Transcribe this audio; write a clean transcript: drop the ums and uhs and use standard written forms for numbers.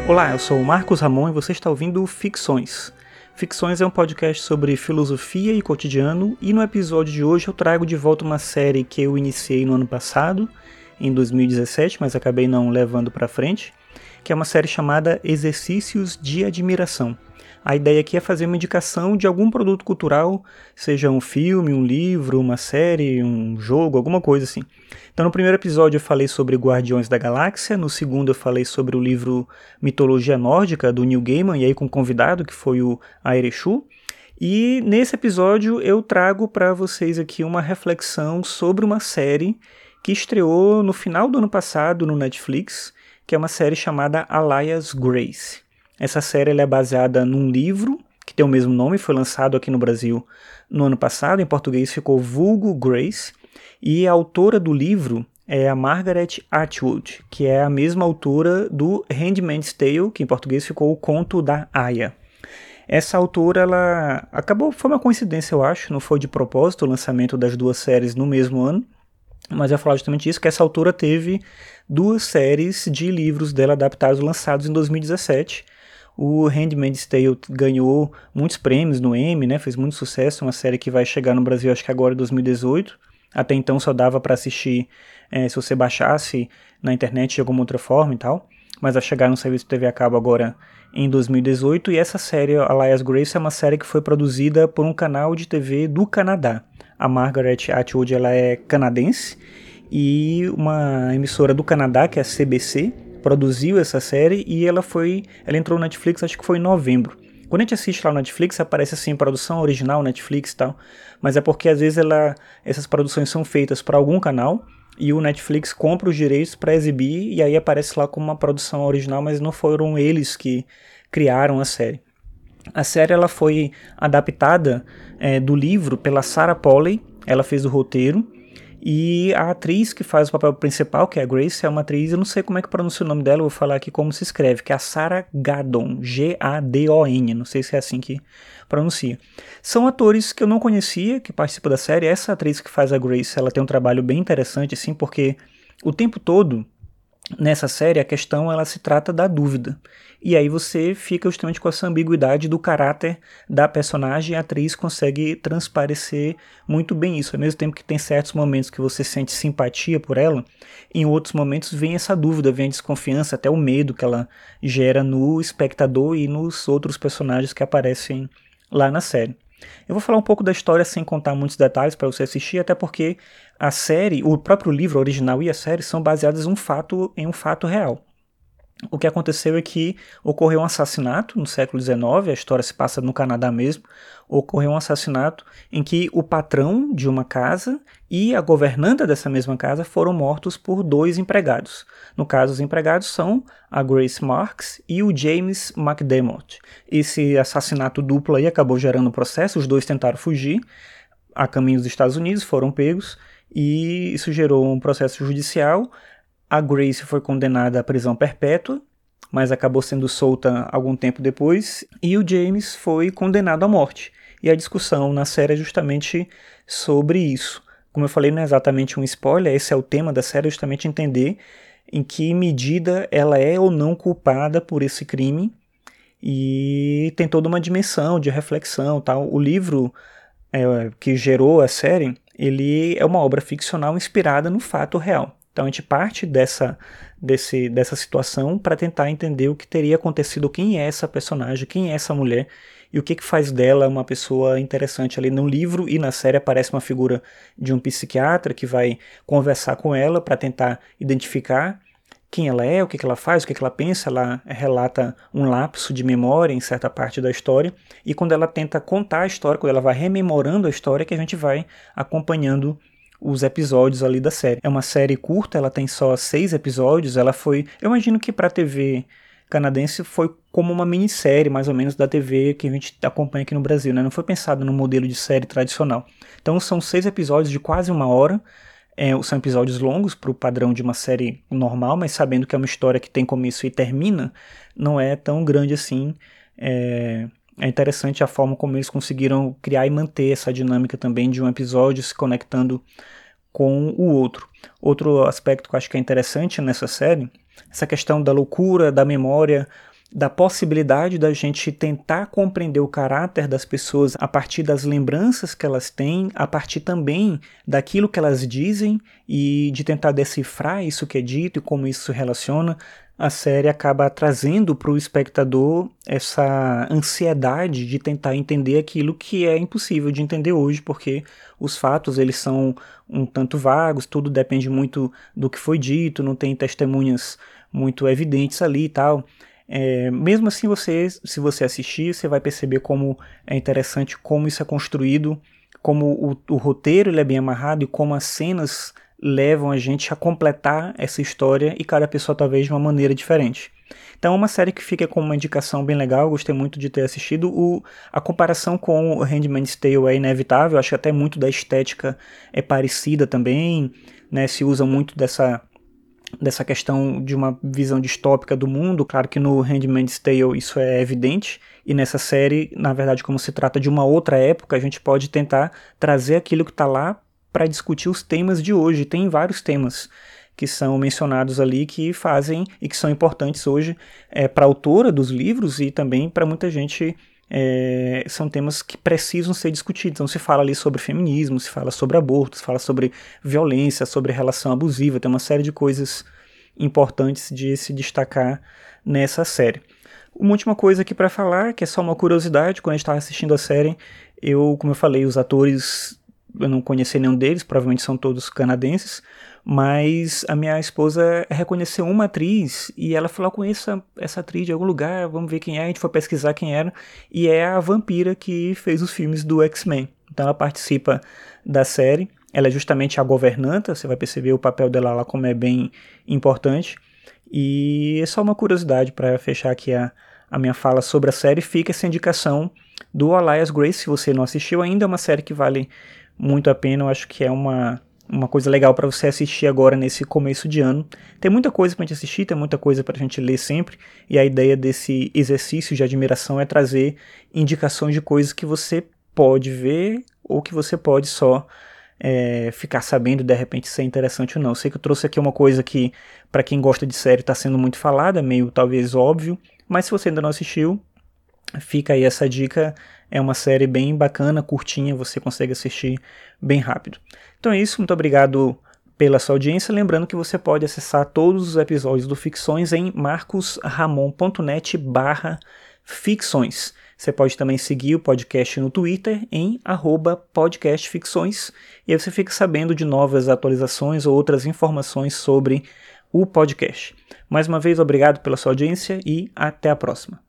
Olá, eu sou o Marcos Ramon e você está ouvindo Ficções. Ficções é um podcast sobre filosofia e cotidiano, e no episódio de hoje eu trago de volta uma série que eu iniciei no ano passado, em 2017, mas acabei não levando para frente, que é uma série chamada Exercícios de Admiração. A ideia aqui é fazer uma indicação de algum produto cultural, seja um filme, um livro, uma série, um jogo, alguma coisa assim. Então no primeiro episódio eu falei sobre Guardiões da Galáxia, no segundo eu falei sobre o livro Mitologia Nórdica, do Neil Gaiman, e aí com um convidado, que foi o Aereshu. E nesse episódio eu trago para vocês aqui uma reflexão sobre uma série que estreou no final do ano passado no Netflix, que é uma série chamada Alias Grace. Essa série ela é baseada num livro que tem o mesmo nome, foi lançado aqui no Brasil no ano passado, em português ficou Vulgo Grace, e a autora do livro é a Margaret Atwood, que é a mesma autora do Handmaid's Tale, que em português ficou O Conto da Aia. Essa autora, ela acabou, foi uma coincidência eu acho, não foi de propósito o lançamento das duas séries no mesmo ano, mas eu ia falar justamente isso, que essa autora teve duas séries de livros dela adaptados lançados em 2017. O Handmaid's Tale ganhou muitos prêmios no Emmy, né? Fez muito sucesso, uma série que vai chegar no Brasil acho que agora em 2018. Até então só dava para assistir se você baixasse na internet de alguma outra forma e tal, mas vai chegar no serviço de TV a cabo agora em 2018. E essa série, Alias Grace, é uma série que foi produzida por um canal de TV do Canadá. A Margaret Atwood ela é canadense, e uma emissora do Canadá, que é a CBC, produziu essa série, e ela entrou no Netflix, acho que foi em novembro. Quando a gente assiste lá no Netflix, aparece assim, produção original Netflix e tal, mas é porque às vezes essas produções são feitas para algum canal, e o Netflix compra os direitos para exibir, e aí aparece lá como uma produção original, mas não foram eles que criaram a série. A série ela foi adaptada do livro pela Sarah Polley, ela fez o roteiro, e a atriz que faz o papel principal, que é a Grace, é uma atriz, eu não sei como é que pronuncia o nome dela, eu vou falar aqui como se escreve, que é a Sarah Gadon, G-A-D-O-N, não sei se é assim que pronuncia. São atores que eu não conhecia, que participam da série. Essa atriz que faz a Grace, ela tem um trabalho bem interessante, assim, porque o tempo todo, nessa série, a questão ela se trata da dúvida. E aí você fica justamente com essa ambiguidade do caráter da personagem, e a atriz consegue transparecer muito bem isso. Ao mesmo tempo que tem certos momentos que você sente simpatia por ela, em outros momentos vem essa dúvida, vem a desconfiança, até o medo que ela gera no espectador e nos outros personagens que aparecem lá na série. Eu vou falar um pouco da história sem contar muitos detalhes para você assistir, até porque a série, o próprio livro original e a série são baseados em um fato real. O que aconteceu é que ocorreu um assassinato no século XIX, a história se passa no Canadá mesmo. Ocorreu um assassinato em que o patrão de uma casa e a governanta dessa mesma casa foram mortos por dois empregados. No caso, os empregados são a Grace Marks e o James McDermott. Esse assassinato duplo aí acabou gerando um processo, os dois tentaram fugir a caminho dos Estados Unidos, foram pegos, e isso gerou um processo judicial. A Grace foi condenada à prisão perpétua, mas acabou sendo solta algum tempo depois, e o James foi condenado à morte. E a discussão na série é justamente sobre isso. Como eu falei, não é exatamente um spoiler, esse é o tema da série, justamente entender em que medida ela é ou não culpada por esse crime, e tem toda uma dimensão de reflexão, tal. O livro que gerou a série, ele é uma obra ficcional inspirada no fato real. Então a gente parte dessa situação para tentar entender o que teria acontecido, quem é essa personagem, quem é essa mulher, e o que faz dela uma pessoa interessante ali. No livro e na série aparece uma figura de um psiquiatra que vai conversar com ela para tentar identificar quem ela é, o que ela faz, o que ela pensa. Ela relata um lapso de memória em certa parte da história, e quando ela tenta contar a história, quando ela vai rememorando a história, que a gente vai acompanhando os episódios ali da série. É uma série curta, ela tem só 6 episódios, eu imagino que para a TV canadense foi como uma minissérie, mais ou menos, da TV que a gente acompanha aqui no Brasil, né? Não foi pensado no modelo de série tradicional. Então são 6 episódios de quase 1 hora, são episódios longos para o padrão de uma série normal, mas sabendo que é uma história que tem começo e termina, não é tão grande assim. É interessante a forma como eles conseguiram criar e manter essa dinâmica também de um episódio se conectando com o outro. Outro aspecto que eu acho que é interessante nessa série, essa questão da loucura, da memória, da possibilidade da gente tentar compreender o caráter das pessoas a partir das lembranças que elas têm, a partir também daquilo que elas dizem e de tentar decifrar isso que é dito e como isso se relaciona. A série acaba trazendo para o espectador essa ansiedade de tentar entender aquilo que é impossível de entender hoje, porque os fatos eles são um tanto vagos, tudo depende muito do que foi dito, não tem testemunhas muito evidentes ali e tal. Mesmo assim, se você assistir, você vai perceber como é interessante como isso é construído, como o roteiro ele é bem amarrado e como as cenas levam a gente a completar essa história e cada pessoa talvez de uma maneira diferente. Então é uma série que fica com uma indicação bem legal, gostei muito de ter assistido. A comparação com o Handmaid's Tale é inevitável, acho que até muito da estética é parecida também, né? Se usa muito dessa questão de uma visão distópica do mundo. Claro que no Handmaid's Tale isso é evidente, e nessa série, na verdade, como se trata de uma outra época, a gente pode tentar trazer aquilo que está lá para discutir os temas de hoje. Tem vários temas que são mencionados ali que fazem e que são importantes hoje para a autora dos livros e também para muita gente. São temas que precisam ser discutidos. Então se fala ali sobre feminismo, se fala sobre aborto, se fala sobre violência, sobre relação abusiva, tem uma série de coisas importantes de se destacar nessa série. Uma última coisa aqui para falar, que é só uma curiosidade, quando a gente estava assistindo a série, como eu falei, os atores, eu não conheci nenhum deles, provavelmente são todos canadenses, mas a minha esposa reconheceu uma atriz e ela falou: eu conheço essa atriz de algum lugar, vamos ver quem é. A gente foi pesquisar quem era, e é a vampira que fez os filmes do X-Men. Então ela participa da série, ela é justamente a governanta, você vai perceber o papel dela lá como é bem importante. E é só uma curiosidade para fechar aqui a minha fala sobre a série. Fica essa indicação do Alias Grace, se você não assistiu ainda, é uma série que vale muito a pena. Eu acho que é uma coisa legal para você assistir agora nesse começo de ano. Tem muita coisa pra gente assistir, tem muita coisa pra gente ler sempre, e a ideia desse exercício de admiração é trazer indicações de coisas que você pode ver ou que você pode só ficar sabendo de repente se é interessante ou não. Eu sei que eu trouxe aqui uma coisa que para quem gosta de série está sendo muito falada, meio talvez óbvio, mas se você ainda não assistiu, fica aí essa dica. É uma série bem bacana, curtinha, você consegue assistir bem rápido. Então é isso, muito obrigado pela sua audiência. Lembrando que você pode acessar todos os episódios do Ficções em marcosramon.net/ficções. Você pode também seguir o podcast no Twitter em @podcastficções, e aí você fica sabendo de novas atualizações ou outras informações sobre o podcast. Mais uma vez, obrigado pela sua audiência e até a próxima.